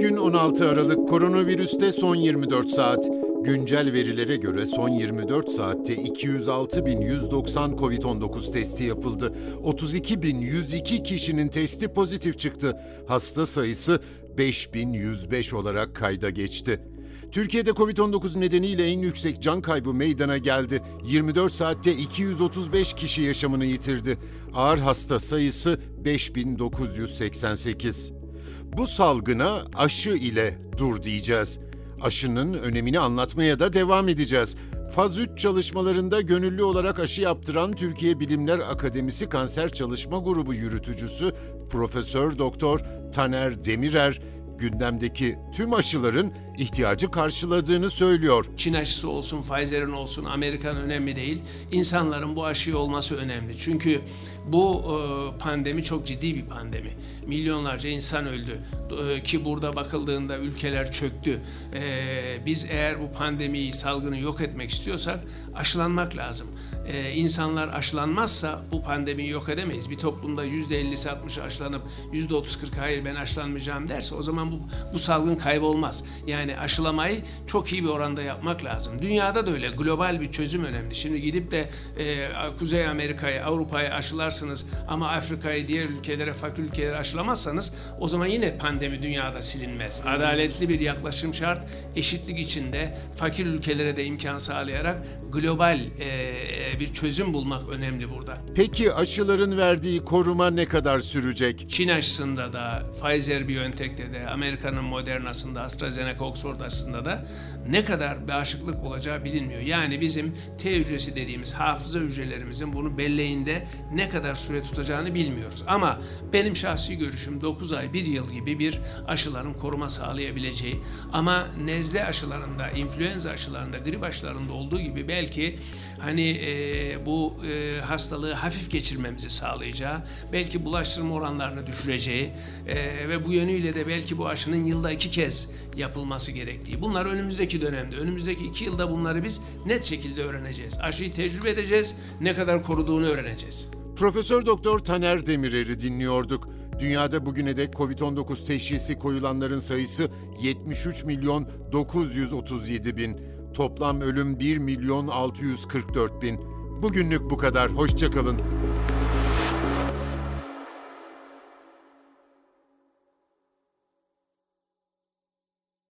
Bugün 16 Aralık, koronavirüste son 24 saat. Güncel verilere göre son 24 saatte 206.190 COVID-19 testi yapıldı. 32.102 kişinin testi pozitif çıktı. Hasta sayısı 5.105 olarak kayda geçti. Türkiye'de Covid-19 nedeniyle en yüksek can kaybı meydana geldi. 24 saatte 235 kişi yaşamını yitirdi. Ağır hasta sayısı 5.988. Bu salgına aşı ile dur diyeceğiz. Aşının önemini anlatmaya da devam edeceğiz. Faz 3 çalışmalarında gönüllü olarak aşı yaptıran Türkiye Bilimler Akademisi Kanser Çalışma Grubu yürütücüsü Profesör Doktor Taner Demirer, gündemdeki tüm aşıların ihtiyacı karşıladığını söylüyor. Çin aşısı olsun, Pfizer'in olsun, Amerikan önemli değil. İnsanların bu aşıyı olması önemli. Çünkü bu pandemi çok ciddi bir pandemi. Milyonlarca insan öldü. Ki burada bakıldığında ülkeler çöktü. Biz eğer bu pandemiyi, salgını yok etmek istiyorsak aşılanmak lazım. İnsanlar aşılanmazsa bu pandemiyi yok edemeyiz. Bir toplumda %50'si 60'ı aşılanıp %30-40 hayır ben aşılanmayacağım derse o zaman bu salgın kaybolmaz. Yani aşılamayı çok iyi bir oranda yapmak lazım. Dünyada da öyle. Global bir çözüm önemli. Şimdi gidip de Kuzey Amerika'yı, Avrupa'yı aşılarsınız ama Afrika'yı, diğer ülkelere, fakir ülkelere aşılamazsanız o zaman yine pandemi dünyada silinmez. Adaletli bir yaklaşım şart. Eşitlik içinde fakir ülkelere de imkan sağlayarak global bir çözüm bulmak önemli burada. Peki aşıların verdiği koruma ne kadar sürecek? Çin aşısında da, Pfizer-BioNTech'te de, Amerika'nın Moderna'sında, AstraZeneca Oxford aşısında da ne kadar bağışıklık olacağı bilinmiyor. Yani bizim T hücresi dediğimiz hafıza hücrelerimizin bunu belleğinde ne kadar süre tutacağını bilmiyoruz. Ama benim şahsi görüşüm 9 ay, 1 yıl gibi bir aşıların koruma sağlayabileceği ama nezle aşılarında, influenza aşılarında, grip aşılarında olduğu gibi belki bu hastalığı hafif geçirmemizi sağlayacağı, belki bulaştırma oranlarını düşüreceği ve bu yönüyle de belki bu aşının yılda 2 kez yapılması gerektiği. Bunlar önümüzdeki dönemde, önümüzdeki 2 yılda bunları biz net şekilde öğreneceğiz. Aşıyı tecrübe edeceğiz, ne kadar koruduğunu öğreneceğiz. Profesör Doktor Taner Demirer'i dinliyorduk. Dünyada bugüne dek Covid-19 teşhisi koyulanların sayısı 73.937.000. Toplam ölüm 1.644.000. Bugünlük bu kadar. Hoşça kalın.